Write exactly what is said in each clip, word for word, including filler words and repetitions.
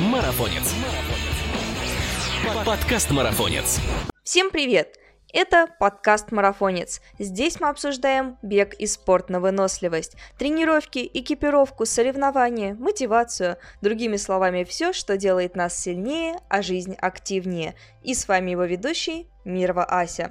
Марафонец. Подкаст «Марафонец». Всем привет! Это подкаст «Марафонец». Здесь мы обсуждаем бег и спорт на выносливость, тренировки, экипировку, соревнования, мотивацию, другими словами, все, что делает нас сильнее, а жизнь активнее. И с вами его ведущий Мирова Ася.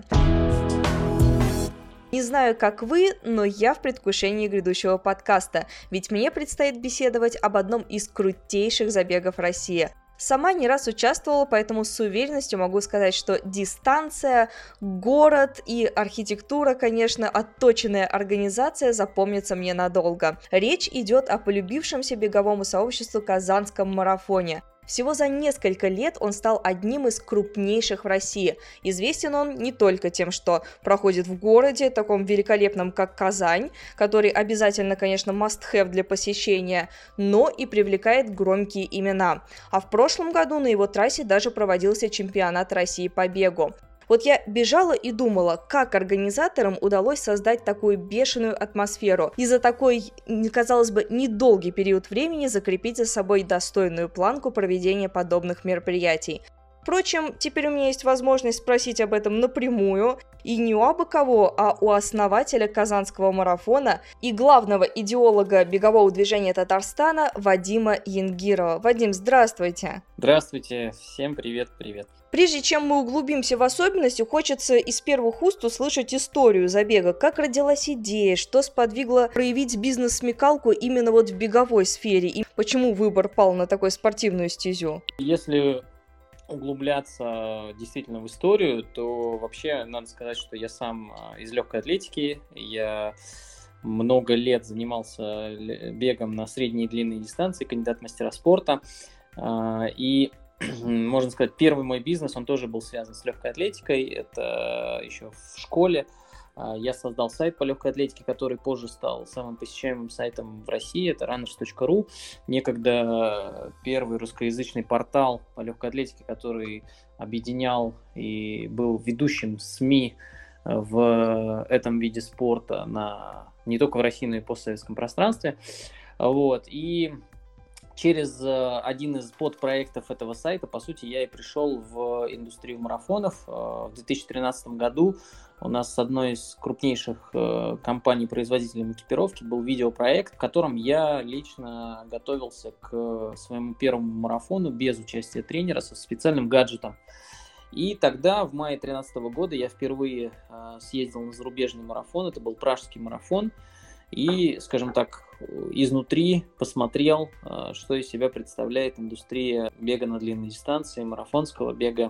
Не знаю, как вы, но я в предвкушении грядущего подкаста, ведь мне предстоит беседовать об одном из крутейших забегов России. Сама не раз участвовала, поэтому с уверенностью могу сказать, что дистанция, город и архитектура, конечно, отточенная организация запомнится мне надолго. Речь идет о полюбившемся беговому сообществу Казанском марафоне. Всего за несколько лет он стал одним из крупнейших в России. Известен он не только тем, что проходит в городе, таком великолепном, как Казань, который обязательно, конечно, must-have для посещения, но и привлекает громкие имена. А в прошлом году на его трассе даже проводился чемпионат России по бегу. Вот я бежала и думала, как организаторам удалось создать такую бешеную атмосферу и за такой, казалось бы, недолгий период времени закрепить за собой достойную планку проведения подобных мероприятий. Впрочем, теперь у меня есть возможность спросить об этом напрямую, и не у абы кого, а у основателя Казанского марафона и главного идеолога бегового движения Татарстана Вадима Янгирова. Вадим, здравствуйте! Здравствуйте, всем привет-привет! Прежде чем мы углубимся в особенности, хочется из первых уст услышать историю забега. Как родилась идея, что сподвигло проявить бизнес-смекалку именно вот в беговой сфере, и почему выбор пал на такую спортивную стезю? Если углубляться действительно в историю, то вообще надо сказать, что я сам из легкой атлетики, я много лет занимался бегом на средние и длинные дистанции, кандидат в мастера спорта, и можно сказать, первый мой бизнес, он тоже был связан с легкой атлетикой, это еще в школе. Я создал сайт по легкой атлетике, который позже стал самым посещаемым сайтом в России, это раннерс точка ру. Некогда первый русскоязычный портал по легкой атлетике, который объединял и был ведущим СМИ в этом виде спорта на, не только в России, но и постсоветском пространстве. Вот. И через один из подпроектов этого сайта, по сути, я и пришел в индустрию марафонов. В две тысячи тринадцатом году у нас с одной из крупнейших компаний-производителей экипировки был видеопроект, в котором я лично готовился к своему первому марафону без участия тренера со специальным гаджетом. И тогда, в мае две тысячи тринадцатого года, я впервые съездил на зарубежный марафон, это был пражский марафон, и, скажем так, изнутри посмотрел, что из себя представляет индустрия бега на длинной дистанции, марафонского бега.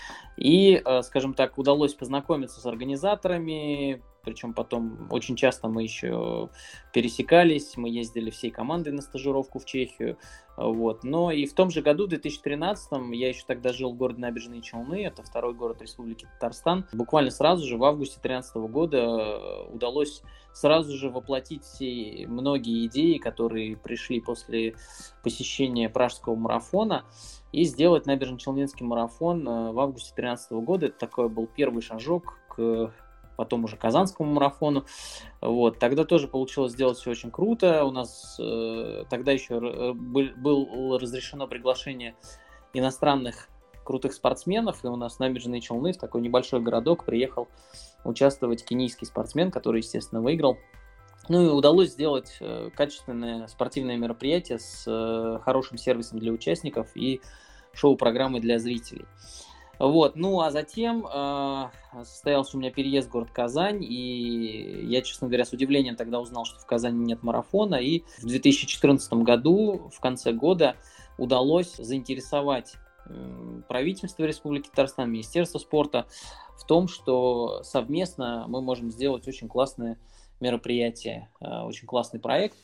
И, скажем так, удалось познакомиться с организаторами, причем потом очень часто мы еще пересекались, мы ездили всей командой на стажировку в Чехию. Вот. Но и в том же году, в две тысячи тринадцатом, я еще тогда жил в городе Набережные Челны, это второй город Республики Татарстан. Буквально сразу же, в августе две тысячи тринадцатого года, удалось сразу же воплотить все многие идеи, которые пришли после посещения пражского марафона, и сделать Набережно-Челнинский марафон в августе две тысячи тринадцатого года. Это такой был первый шажок к потом уже Казанскому марафону. Вот. Тогда тоже получилось сделать все очень круто. У нас э, тогда еще был, было разрешено приглашение иностранных крутых спортсменов, и у нас в Набережные Челны, в такой небольшой городок, приехал участвовать кенийский спортсмен, который, естественно, выиграл. Ну и удалось сделать э, качественное спортивное мероприятие с э, хорошим сервисом для участников и шоу-программой для зрителей. Вот, ну а затем э, состоялся у меня переезд в город Казань, и я, честно говоря, с удивлением тогда узнал, что в Казани нет марафона, и в две тысячи четырнадцатом году, в конце года, удалось заинтересовать э, правительство Республики Татарстан, Министерство спорта в том, что совместно мы можем сделать очень классное мероприятие, э, очень классный проект.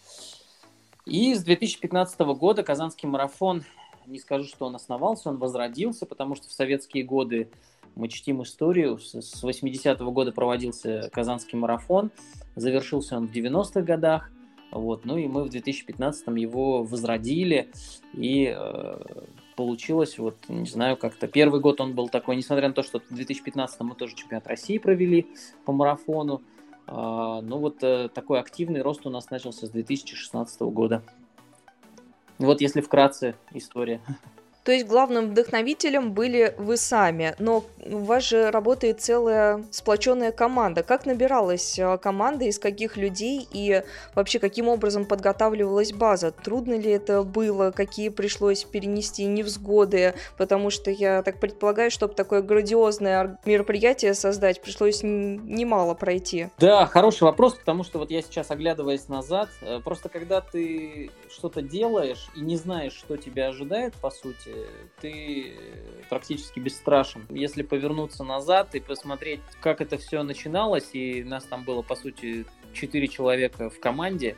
И с две тысячи пятнадцатого года Казанский марафон, не скажу, что он основался, он возродился, потому что в советские годы мы чтим историю. С восьмидесятого года проводился Казанский марафон, завершился он в девяностых годах. Вот. Ну и мы в две тысячи пятнадцатом его возродили, и э, получилось, вот, не знаю, как-то первый год он был такой, несмотря на то, что в две тысячи пятнадцатом мы тоже чемпионат России провели по марафону, э, ну вот э, такой активный рост у нас начался с две тысячи шестнадцатого года. Вот если вкратце история. То есть главным вдохновителем были вы сами, но у вас же работает целая сплоченная команда. Как набиралась э, команда, из каких людей и вообще каким образом подготавливалась база? Трудно ли это было? Какие пришлось перенести невзгоды? Потому что я так предполагаю, чтобы такое грандиозное ор- мероприятие создать, пришлось н- немало пройти. Да, хороший вопрос, потому что вот я сейчас, оглядываясь назад, э, просто когда ты что-то делаешь и не знаешь, что тебя ожидает, по сути, ты практически бесстрашен. Если повернуться назад и посмотреть, как это все начиналось, и нас там было, по сути, четыре человека в команде,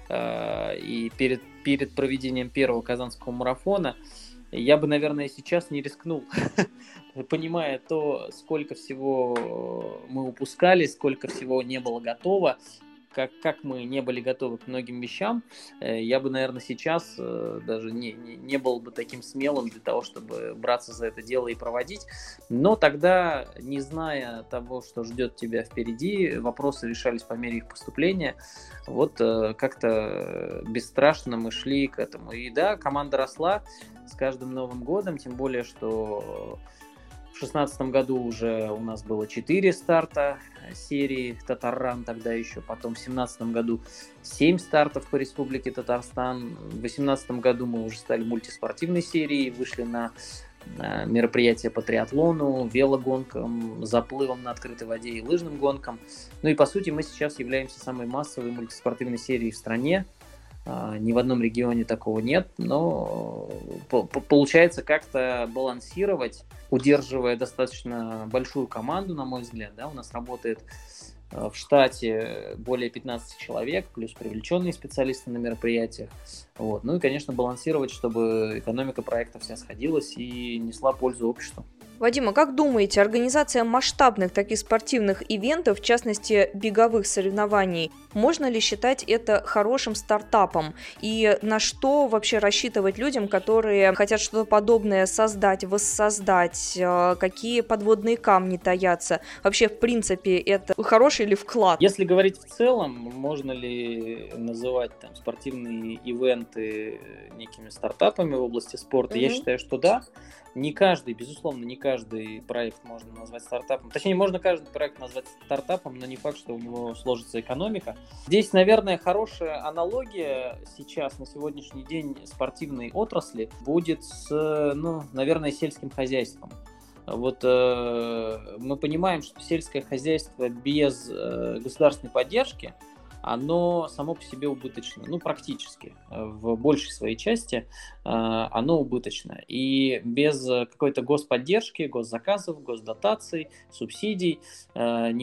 э, и перед, перед проведением первого казанского марафона, я бы, наверное, сейчас не рискнул, понимая то, сколько всего мы упускали, сколько всего не было готово, как, как мы не были готовы к многим вещам, я бы, наверное, сейчас даже не, не, не был бы таким смелым для того, чтобы браться за это дело и проводить. Но тогда, не зная того, что ждет тебя впереди, вопросы решались по мере их поступления. Вот как-то бесстрашно мы шли к этому. И да, команда росла с каждым Новым годом, тем более, что в шестнадцатом году уже у нас было четыре старта серии Татарран тогда еще, потом в семнадцатом году семь стартов по Республике Татарстан, в восемнадцатом году мы уже стали мультиспортивной серией, вышли на мероприятия по триатлону, велогонкам, заплывам на открытой воде и лыжным гонкам. Ну и по сути мы сейчас являемся самой массовой мультиспортивной серией в стране. Ни в одном регионе такого нет, но получается как-то балансировать, удерживая достаточно большую команду, на мой взгляд. Да? У нас работает в штате более пятнадцать человек, плюс привлеченные специалисты на мероприятиях. Вот. Ну и, конечно, балансировать, чтобы экономика проекта вся сходилась и несла пользу обществу. Вадим, а как думаете, организация масштабных таких спортивных ивентов, в частности беговых соревнований, можно ли считать это хорошим стартапом? И на что вообще рассчитывать людям, которые хотят что-то подобное создать, воссоздать? Какие подводные камни таятся? Вообще, в принципе, это хороший ли вклад? Если говорить в целом, можно ли называть там спортивные ивенты некими стартапами в области спорта? Mm-hmm. Я считаю, что да. Не каждый, безусловно, не каждый проект можно назвать стартапом. Точнее, можно каждый проект назвать стартапом, но не факт, что у него сложится экономика. Здесь, наверное, хорошая аналогия сейчас, на сегодняшний день, спортивной отрасли будет с, ну, наверное, сельским хозяйством. Вот э, мы понимаем, что сельское хозяйство без э, государственной поддержки, оно само по себе убыточно, ну, практически, в большей своей части э, оно убыточно. И без какой-то господдержки, госзаказов, госдотаций, субсидий э,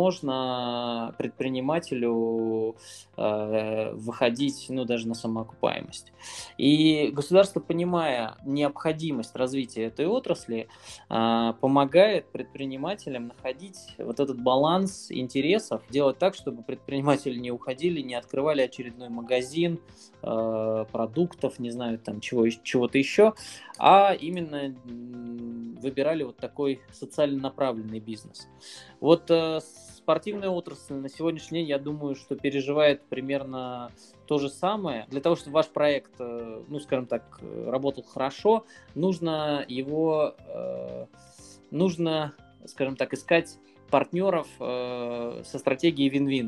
невозможно предпринимателю э, выходить, ну, даже на самоокупаемость. И государство, понимая необходимость развития этой отрасли, э, помогает предпринимателям находить вот этот баланс интересов, делать так, чтобы предприниматели не уходили, не открывали очередной магазин э, продуктов, не знаю, там чего, чего-то еще, а именно выбирали вот такой социально направленный бизнес. Вот э, спортивная отрасль на сегодняшний день, я думаю, что переживает примерно то же самое. Для того, чтобы ваш проект, э, ну, скажем так, работал хорошо, нужно его, э, нужно, скажем так, искать партнеров э, со стратегией вин-вин.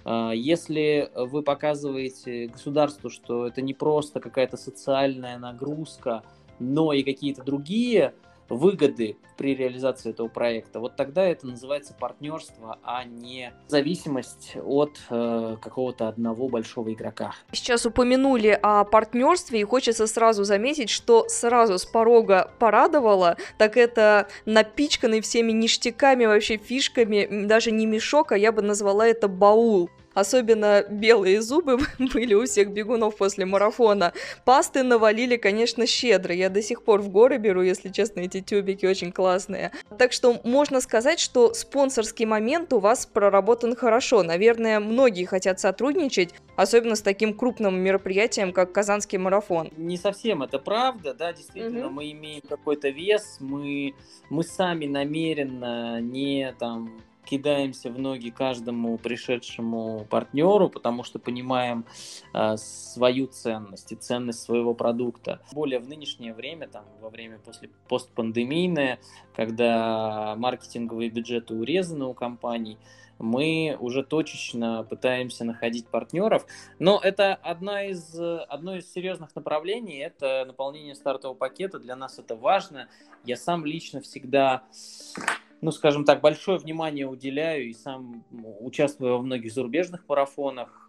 Если вы показываете государству, что это не просто какая-то социальная нагрузка, но и какие-то другие выгоды при реализации этого проекта, вот тогда это называется партнерство, а не зависимость от э, какого-то одного большого игрока. Сейчас упомянули о партнерстве, и хочется сразу заметить, что сразу с порога порадовало, так это напичканный всеми ништяками, вообще фишками, даже не мешок, а я бы назвала это баул. Особенно белые зубы были у всех бегунов после марафона. Пасты навалили, конечно, щедро. Я до сих пор в горы беру, если честно, эти тюбики очень классные. Так что можно сказать, что спонсорский момент у вас проработан хорошо. Наверное, многие хотят сотрудничать, особенно с таким крупным мероприятием, как Казанский марафон. Не совсем это правда, да, действительно, угу. Мы имеем какой-то вес, мы, мы сами намеренно не там кидаемся в ноги каждому пришедшему партнеру, потому что понимаем э, свою ценность и ценность своего продукта. Более в нынешнее время, там, во время после постпандемийное, когда маркетинговые бюджеты урезаны у компаний, мы уже точечно пытаемся находить партнеров. Но это одна из, одно из серьезных направлений, это наполнение стартового пакета. Для нас это важно. Я сам лично всегда, ну, скажем так, большое внимание уделяю и сам участвую во многих зарубежных марафонах,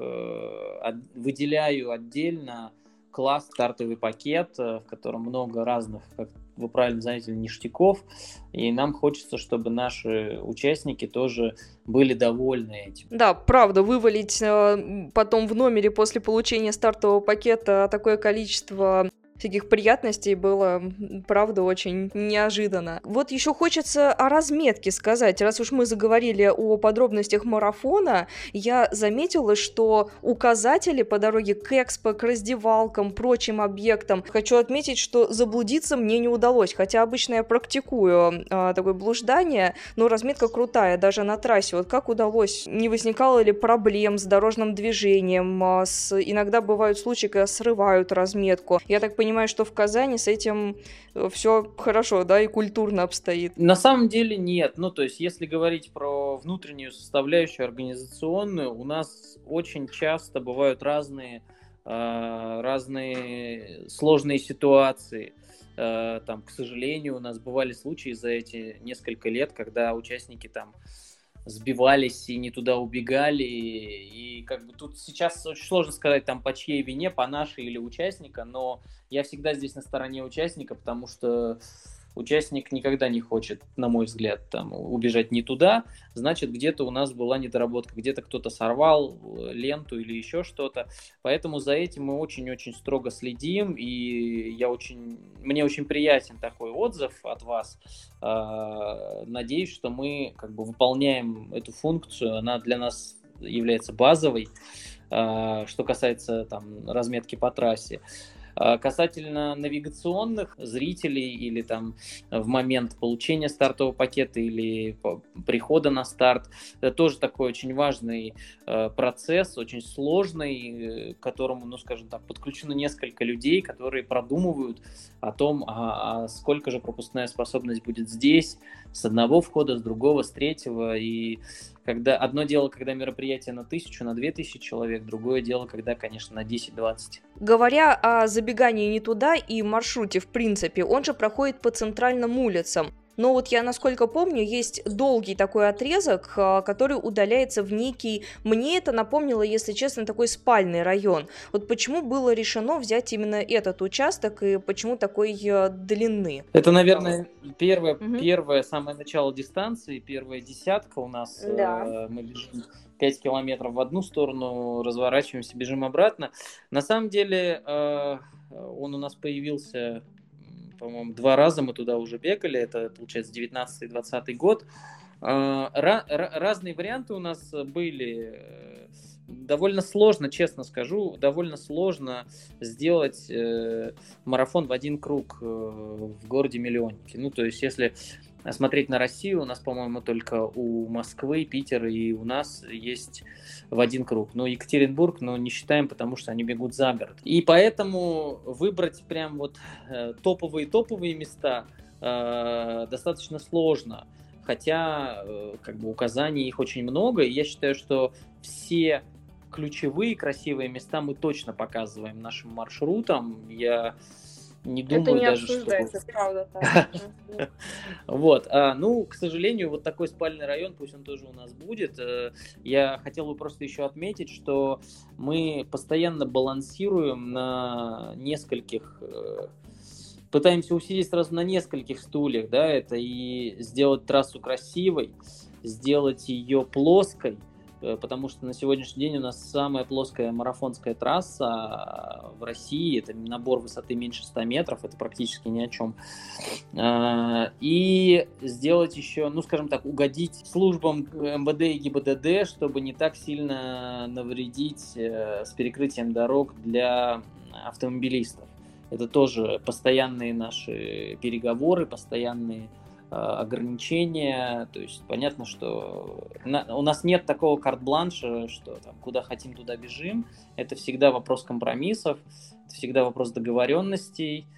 выделяю отдельно класс стартовый пакет, в котором много разных, как вы правильно заметили, ништяков, и нам хочется, чтобы наши участники тоже были довольны этим. Да, правда, вывалить э, потом в номере после получения стартового пакета такое количество всяких приятностей было, правда, очень неожиданно. Вот еще хочется о разметке сказать. Раз уж мы заговорили о подробностях марафона, я заметила, что указатели по дороге к экспо, к раздевалкам, прочим объектам. Хочу отметить, что заблудиться мне не удалось, хотя обычно я практикую а, такое блуждание, но разметка крутая, даже на трассе. Вот как удалось? Не возникало ли проблем с дорожным движением? А, с... Иногда бывают случаи, когда срывают разметку. Я так понимаю, Понимаю, что в Казани с этим все хорошо, да, и культурно обстоит. На самом деле нет. Ну, то есть, если говорить про внутреннюю составляющую организационную, у нас очень часто бывают разные, э, разные сложные ситуации. Э, там, к сожалению, у нас бывали случаи за эти несколько лет, когда участники там сбивались и не туда убегали, и, и как бы тут сейчас очень сложно сказать, там, по чьей вине, по нашей или участника, но я всегда здесь на стороне участника, потому что участник никогда не хочет, на мой взгляд, там, убежать не туда, значит, где-то у нас была недоработка, где-то кто-то сорвал ленту или еще что-то, поэтому за этим мы очень-очень строго следим, и я очень, мне очень приятен такой отзыв от вас. Надеюсь, что мы как бы выполняем эту функцию, она для нас является базовой, что касается там разметки по трассе. Касательно навигационных зрителей или там в момент получения стартового пакета или прихода на старт, это тоже такой очень важный процесс, очень сложный, к которому, ну, скажем так, подключено несколько людей, которые продумывают о том, а, а сколько же пропускная способность будет здесь, с одного входа, с другого, с третьего, и когда одно дело, когда мероприятие на тысячу, на две тысячи человек, другое дело, когда, конечно, на десять-двадцать. Говоря о забегании не туда и маршруте, в принципе, он же проходит по центральным улицам. Но вот я, насколько помню, есть долгий такой отрезок, который удаляется в некий, мне это напомнило, если честно, такой спальный район. Вот почему было решено взять именно этот участок и почему такой длины? Это, наверное, первое, угу. первое самое начало дистанции, первая десятка у нас. Да. Мы бежим пять километров в одну сторону, разворачиваемся, бежим обратно. На самом деле он у нас появился... По-моему, два раза мы туда уже бегали, это, получается, девятнадцатый-двадцатый год. Разные варианты у нас были. Довольно сложно, честно скажу, довольно сложно сделать марафон в один круг в городе-миллионнике. Ну, то есть, если смотреть на Россию, у нас, по-моему, только у Москвы, Питера и у нас есть в один круг. Но Екатеринбург, ну, не считаем, потому что они бегут за город. И поэтому выбрать прям вот топовые-топовые места э, достаточно сложно. Хотя, э, как бы, указаний их очень много, и я считаю, что все ключевые красивые места мы точно показываем нашим маршрутам. Я не думаю это не даже, обсуждается, что... правда. Так. Вот, а, ну, к сожалению, вот такой спальный район, пусть он тоже у нас будет. Я хотел бы просто еще отметить, что мы постоянно балансируем на нескольких, пытаемся усидеть сразу на нескольких стульях, да, это и сделать трассу красивой, сделать ее плоской, потому что на сегодняшний день у нас самая плоская марафонская трасса в России, это набор высоты меньше ста метров, это практически ни о чем. И сделать еще, ну, скажем так, угодить службам эм вэ дэ и гэ и бэ дэ дэ, чтобы не так сильно навредить с перекрытием дорог для автомобилистов. Это тоже постоянные наши переговоры, постоянные ограничения. То есть понятно, что у нас нет такого карт-бланша, что там, куда хотим, туда бежим. Это всегда вопрос компромиссов, это всегда вопрос договоренностей.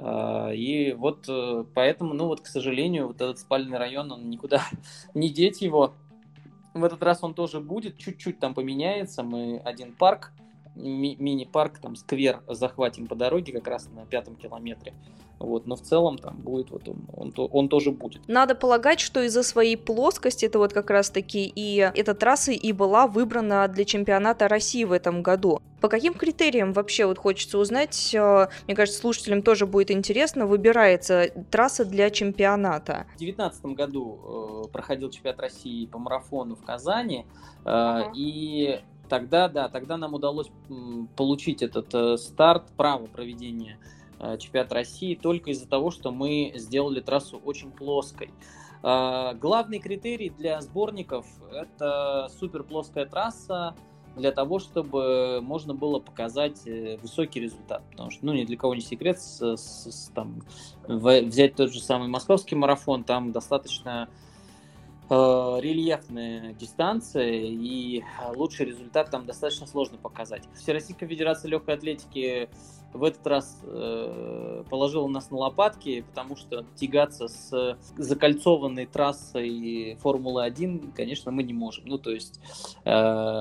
И вот поэтому, ну вот, к сожалению, вот этот спальный район, он никуда не деть его. В этот раз он тоже будет, чуть-чуть там поменяется. Мы один парк, ми- мини-парк, там сквер захватим по дороге как раз на пятом километре. Вот, но в целом там будет вот он, он, он тоже будет. Надо полагать, что из-за своей плоскости это вот как раз-таки и эта трасса и была выбрана для чемпионата России в этом году. По каким критериям вообще вот хочется узнать, мне кажется, слушателям тоже будет интересно, выбирается трасса для чемпионата? В две тысячи девятнадцатом году э, проходил чемпионат России по марафону в Казани, э, Uh-huh. и тогда, да, тогда нам удалось м, получить этот э, старт, право проведения чемпионат России только из-за того, что мы сделали трассу очень плоской. Главный критерий для сборников – это суперплоская трасса для того, чтобы можно было показать высокий результат. Потому что, ну, ни для кого не секрет, с, с, там, взять тот же самый московский марафон, там достаточно э, рельефная дистанция, и лучший результат там достаточно сложно показать. Всероссийская федерация легкой атлетики в этот раз э, положила нас на лопатки, потому что тягаться с закольцованной трассой Формулы один, конечно, мы не можем. Ну, то есть э,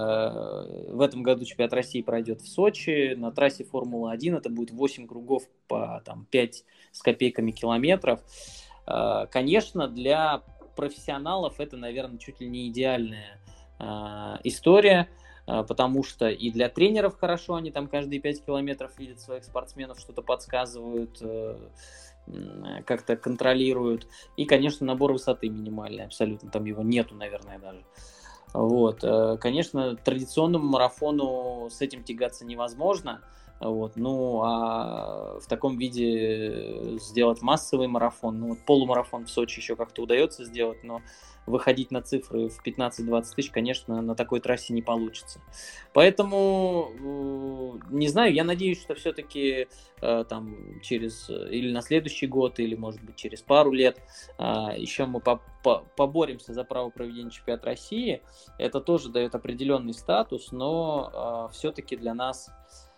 в этом году чемпионат России пройдет в Сочи, на трассе Формулы один это будет восемь кругов по там, пять с копейками километров. Э, конечно, для профессионалов это, наверное, чуть ли не идеальная э, история, потому что и для тренеров хорошо, они там каждые пять километров видят своих спортсменов, что-то подсказывают, как-то контролируют. И, конечно, набор высоты минимальный, абсолютно, там его нету, наверное, даже. Вот. Конечно, традиционному марафону с этим тягаться невозможно. Вот. Ну, а в таком виде сделать массовый марафон, ну, вот полумарафон в Сочи еще как-то удается сделать, но выходить на цифры в пятнадцать-двадцать тысяч, конечно, на такой трассе не получится. Поэтому, не знаю, я надеюсь, что все-таки там через или на следующий год, или, может быть, через пару лет еще мы поборемся за право проведения чемпионата России. Это тоже дает определенный статус, но все-таки для нас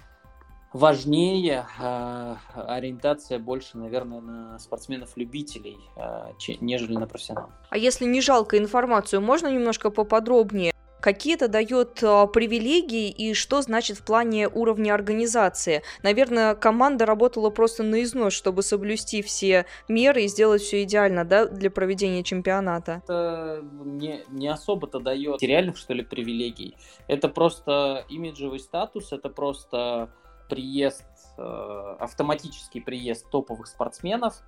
важнее э, ориентация больше, наверное, на спортсменов-любителей, э, че, нежели на профессионалов. А если не жалко информацию, можно немножко поподробнее? Какие это дает э, привилегии и что значит в плане уровня организации? Наверное, команда работала просто на износ, чтобы соблюсти все меры и сделать все идеально, да, для проведения чемпионата. Это не, не особо-то дает реальных, что ли, привилегий. Это просто имиджевый статус, это просто приезд, автоматический приезд топовых спортсменов,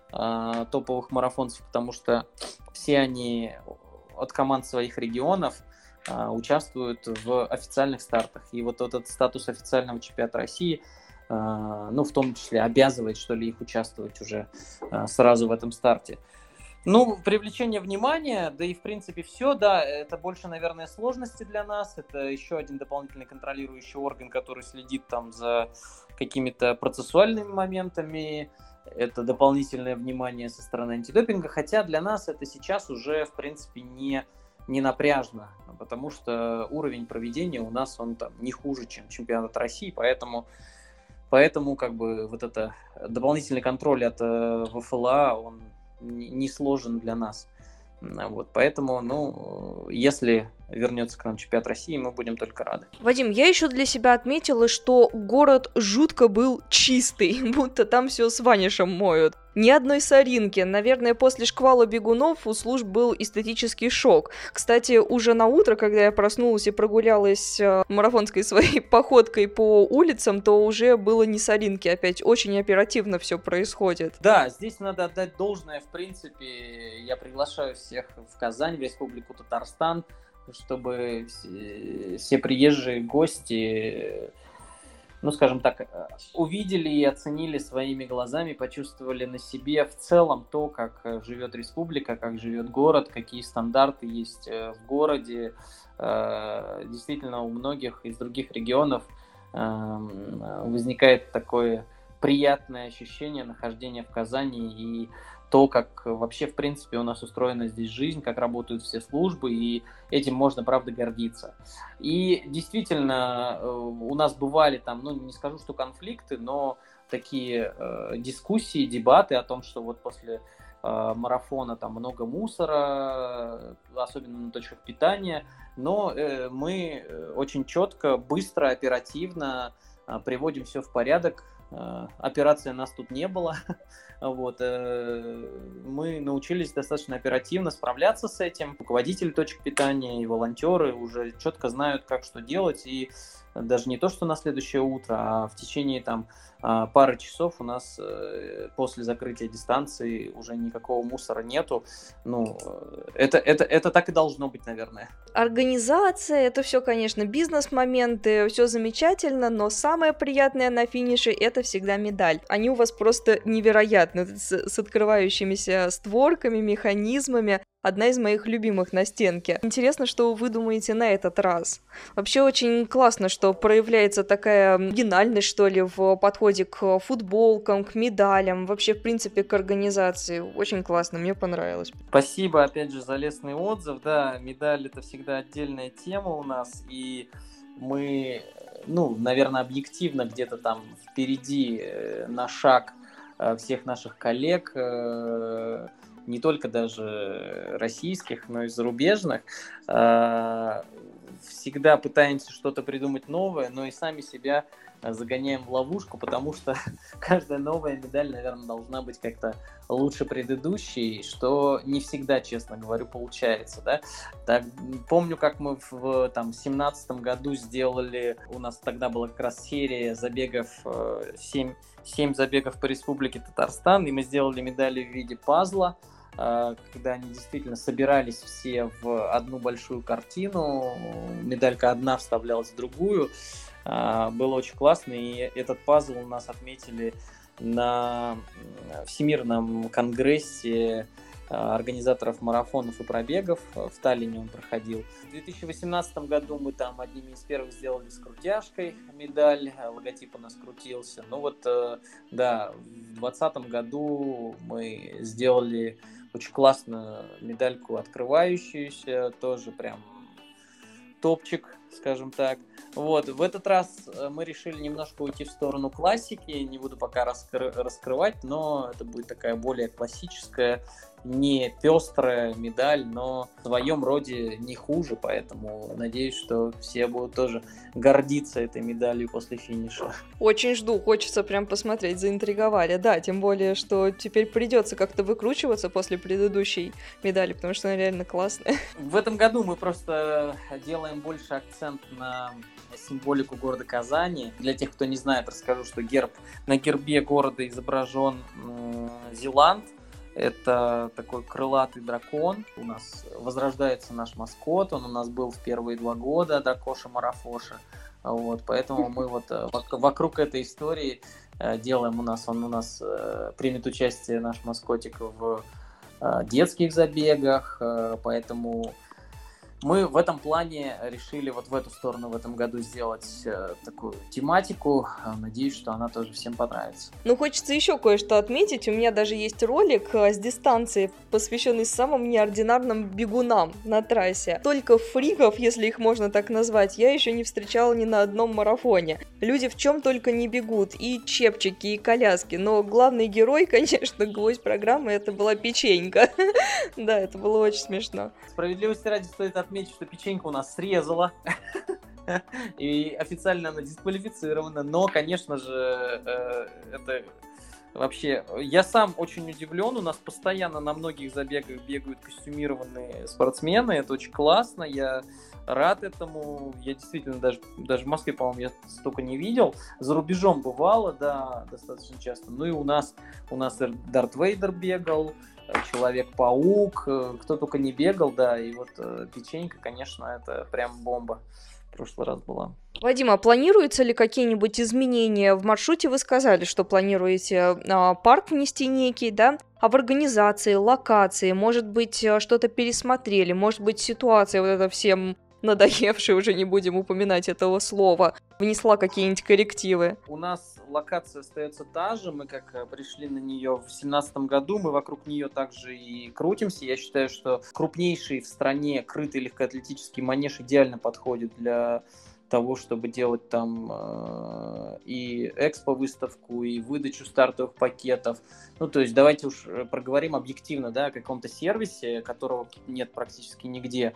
топовых марафонцев, потому что все они от команд своих регионов участвуют в официальных стартах. И вот этот статус официального чемпионата России, ну, в том числе, обязывает, что ли, их участвовать уже сразу в этом старте. Ну, привлечение внимания, да и, в принципе, все, да, это больше, наверное, сложности для нас, это еще один дополнительный контролирующий орган, который следит там за какими-то процессуальными моментами, это дополнительное внимание со стороны антидопинга, хотя для нас это сейчас уже, в принципе, не, не напряжно, потому что уровень проведения у нас, он там не хуже, чем чемпионат России, поэтому... Поэтому, как бы, вот это дополнительный контроль от э, ВФЛА, он не сложен для нас. Вот, поэтому, ну, если вернется к нам чемпионат России, мы будем только рады. Вадим, я еще для себя отметила, что город жутко был чистый, будто там все с ванишем моют. Ни одной соринки. Наверное, после шквала бегунов у служб был эстетический шок. Кстати, уже на утро, когда я проснулась и прогулялась э, марафонской своей походкой по улицам, то уже было не соринки. Опять очень оперативно все происходит. Да, здесь надо отдать должное. В принципе, я приглашаю всех в Казань, в Республику Татарстан, чтобы все, все приезжие гости, ну, скажем так, увидели и оценили своими глазами, почувствовали на себе в целом то, как живет республика, как живет город, какие стандарты есть в городе. Действительно, у многих из других регионов возникает такое приятное ощущение нахождения в Казани и то, как вообще, в принципе, у нас устроена здесь жизнь, как работают все службы, и этим можно, правда, гордиться. И действительно, у нас бывали там, ну, не скажу, что конфликты, но такие э, дискуссии, дебаты о том, что вот после э, марафона там много мусора, особенно на точках питания, но э, мы очень четко, быстро, оперативно э, приводим все в порядок. Э, операции у нас тут не было. Вот, э, мы научились достаточно оперативно справляться с этим. Руководители точек питания и волонтеры уже четко знают, как что делать, и даже не то, что на следующее утро, а в течение там пары часов у нас э, после закрытия дистанции уже никакого мусора нету. Ну, это, это, это так и должно быть, наверное. Организация, это все, конечно, бизнес-моменты, все замечательно, но самое приятное на финише — это всегда медаль. Они у вас просто невероятны, с, с открывающимися створками, механизмами. Одна из моих любимых на стенке. Интересно, что вы думаете на этот раз. Вообще очень классно, что проявляется такая оригинальность, что ли, в подходе к футболкам, к медалям, вообще, в принципе, к организации. Очень классно, мне понравилось. Спасибо, опять же, за лестный отзыв. Да, медаль — это всегда отдельная тема у нас, и мы, ну, наверное, объективно где-то там впереди на шаг всех наших коллег, не только даже российских, но и зарубежных, всегда пытаемся что-то придумать новое, но и сами себя загоняем в ловушку, потому что каждая новая медаль, наверное, должна быть как-то лучше предыдущей, что не всегда, честно говорю, получается, да. Так, помню, как мы в там, семнадцатом году сделали, у нас тогда была как раз серия забегов, семь, семь забегов по Республике Татарстан, и мы сделали медали в виде пазла, когда они действительно собирались все в одну большую картину, медалька одна вставлялась в другую. Было очень классно, и этот пазл у нас отметили на Всемирном конгрессе организаторов марафонов и пробегов. В Таллине он проходил. В две тысячи восемнадцатом году мы там одними из первых сделали с крутяжкой медаль, логотип у нас крутился. Ну вот, да, в две тысячи двадцатом году мы сделали очень классную медальку открывающуюся, тоже прям топчик, скажем так. Вот, в этот раз мы решили немножко уйти в сторону классики, не буду пока раскры- раскрывать, но это будет такая более классическая, не пестрая медаль, но в своем роде не хуже, поэтому надеюсь, что все будут тоже гордиться этой медалью после финиша. Очень жду, хочется прям посмотреть, заинтриговали, да, тем более, что теперь придется как-то выкручиваться после предыдущей медали, потому что она реально классная. В этом году мы просто делаем больше акцент на символику города Казани. Для тех, кто не знает, расскажу, что герб, на гербе города изображен м- Зеланд. Это такой крылатый дракон. У нас возрождается наш маскот. Он у нас был в первые два года, Дракоша Марафоша. Вот, поэтому мы вот вокруг этой истории делаем у нас, он у нас примет участие, наш маскотик, в детских забегах. Поэтому мы в этом плане решили вот в эту сторону в этом году сделать э, такую тематику. Надеюсь, что она тоже всем понравится. Ну, хочется еще кое-что отметить. У меня даже есть ролик с дистанции, посвященный самым неординарным бегунам на трассе. Только фриков, если их можно так назвать, я еще не встречала ни на одном марафоне. Люди в чем только не бегут. И чепчики, и коляски. Но главный герой, конечно, гвоздь программы, это была печенька. Да, это было очень смешно. Справедливости ради стоит отметить, что печенька у нас срезала, и официально она дисквалифицирована, но, конечно же, это вообще... Я сам очень удивлен, у нас постоянно на многих забегах бегают костюмированные спортсмены, это очень классно, я рад этому, я действительно даже, даже в Москве, по-моему, я столько не видел, за рубежом бывало, да, достаточно часто, ну и у нас, у нас Дарт Вейдер бегал, Человек-паук, кто только не бегал, да, и вот э, печенька, конечно, это прям бомба в прошлый раз была. Вадим, а планируются ли какие-нибудь изменения? В маршруте вы сказали, что планируете а, парк внести некий, да? А в организации, локации, может быть, что-то пересмотрели, может быть, ситуация вот эта всем надоевшая, уже не будем упоминать этого слова, внесла какие-нибудь коррективы? У нас локация остается та же, мы как пришли на нее в две тысячи семнадцатом году, мы вокруг нее также и крутимся. Я считаю, что крупнейший в стране крытый легкоатлетический манеж идеально подходит для того, чтобы делать там э, и экспо-выставку, и выдачу стартовых пакетов. Ну, то есть давайте уж проговорим объективно, да, о каком-то сервисе, которого нет практически нигде.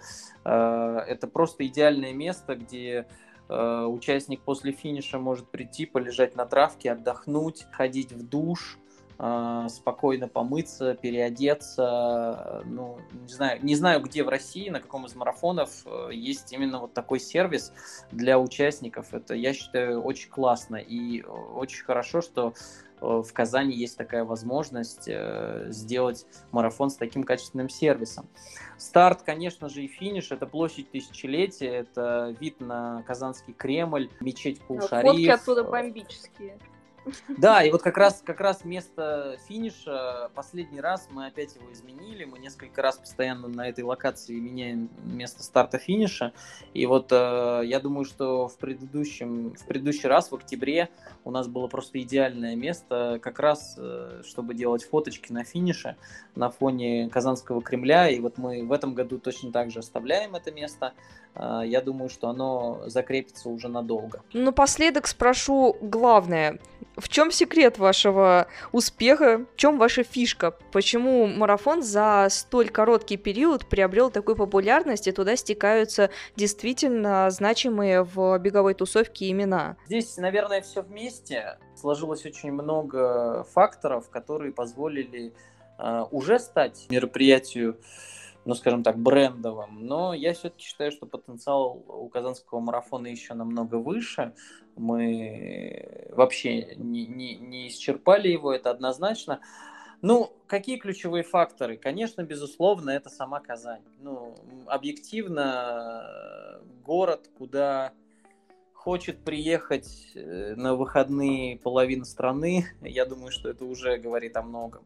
Э, это просто идеальное место, где э, участник после финиша может прийти, полежать на травке, отдохнуть, ходить в душ, спокойно помыться, переодеться. Ну, не знаю, не знаю, где в России, на каком из марафонов есть именно вот такой сервис для участников. Это, я считаю, очень классно и очень хорошо, что в Казани есть такая возможность сделать марафон с таким качественным сервисом. Старт, конечно же, и финиш. Это площадь Тысячелетия, это вид на Казанский Кремль, мечеть Кул-Шариф. Фотки оттуда бомбические. Да, и вот как раз, как раз место финиша, последний раз мы опять его изменили, мы несколько раз постоянно на этой локации меняем место старта-финиша, и вот э, я думаю, что в предыдущем, в предыдущий раз, в октябре, у нас было просто идеальное место, как раз, э, чтобы делать фоточки на финише, на фоне Казанского Кремля, и вот мы в этом году точно так же оставляем это место. э, я думаю, что оно закрепится уже надолго. Напоследок спрошу главное. В чем секрет вашего успеха? В чем ваша фишка? Почему марафон за столь короткий период приобрел такую популярность, и туда стекаются действительно значимые в беговой тусовке имена? Здесь, наверное, все вместе. Сложилось очень много факторов, которые позволили э, уже стать мероприятию, ну, скажем так, брендовым. Но я все-таки считаю, что потенциал у Казанского марафона еще намного выше. Мы вообще не, не, не исчерпали его, это однозначно. Ну, какие ключевые факторы? Конечно, безусловно, это сама Казань. Ну, объективно, город, куда хочет приехать на выходные половина страны, я думаю, что это уже говорит о многом.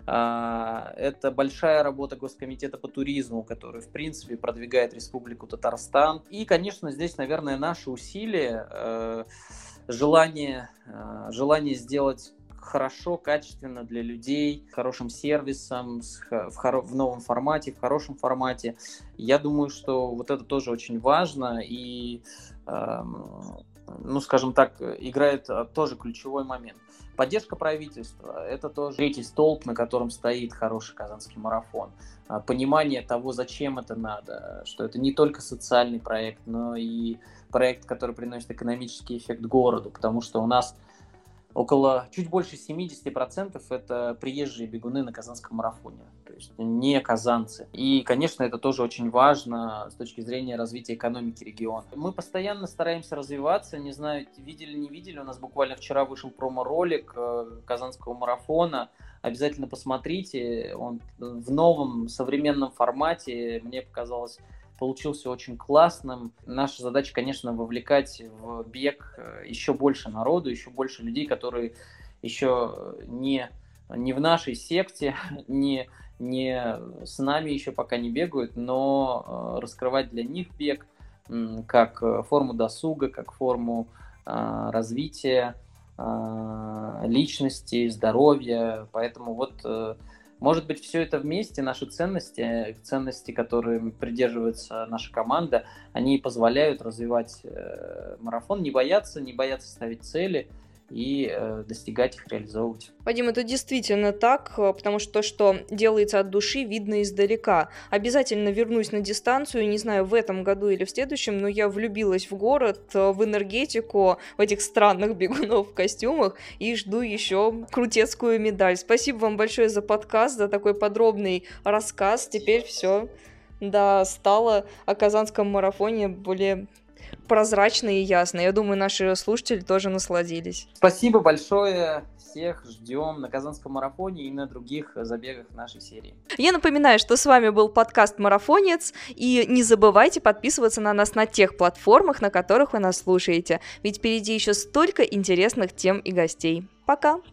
Это большая работа Госкомитета по туризму, который, в принципе, продвигает Республику Татарстан. И, конечно, здесь, наверное, наши усилия, желание, желание сделать хорошо, качественно для людей, с хорошим сервисом, с, в, хоро, в новом формате, в хорошем формате. Я думаю, что вот это тоже очень важно и, э, ну, скажем так, играет тоже ключевой момент. Поддержка правительства – это тоже третий столб, на котором стоит хороший Казанский марафон. Понимание того, зачем это надо, что это не только социальный проект, но и проект, который приносит экономический эффект городу, потому что у нас около, чуть больше семьдесят процентов это приезжие бегуны на Казанском марафоне, то есть не казанцы. И, конечно, это тоже очень важно с точки зрения развития экономики региона. Мы постоянно стараемся развиваться, не знаю, видели, не видели, у нас буквально вчера вышел промо-ролик Казанского марафона, обязательно посмотрите, он в новом современном формате, мне показалось, получился очень классным. Наша задача, конечно, вовлекать в бег еще больше народу, еще больше людей, которые еще не, не в нашей секте, не, не с нами еще пока не бегают, но раскрывать для них бег как форму досуга, как форму развития личности, здоровья. Поэтому вот... Может быть, все это вместе, наши ценности, ценности, которые придерживается наша команда, они позволяют развивать э, марафон, не бояться, не бояться ставить цели и э, достигать их, реализовывать. Вадим, это действительно так, потому что то, что делается от души, видно издалека. Обязательно вернусь на дистанцию, не знаю, в этом году или в следующем, но я влюбилась в город, в энергетику, в этих странных бегунов в костюмах и жду еще крутецкую медаль. Спасибо вам большое за подкаст, за такой подробный рассказ. Теперь все, да, стало о Казанском марафоне более прозрачно и ясно. Я думаю, наши слушатели тоже насладились. Спасибо большое. Всех ждем на Казанском марафоне и на других забегах нашей серии. Я напоминаю, что с вами был подкаст «Марафонец», и не забывайте подписываться на нас на тех платформах, на которых вы нас слушаете, ведь впереди еще столько интересных тем и гостей. Пока!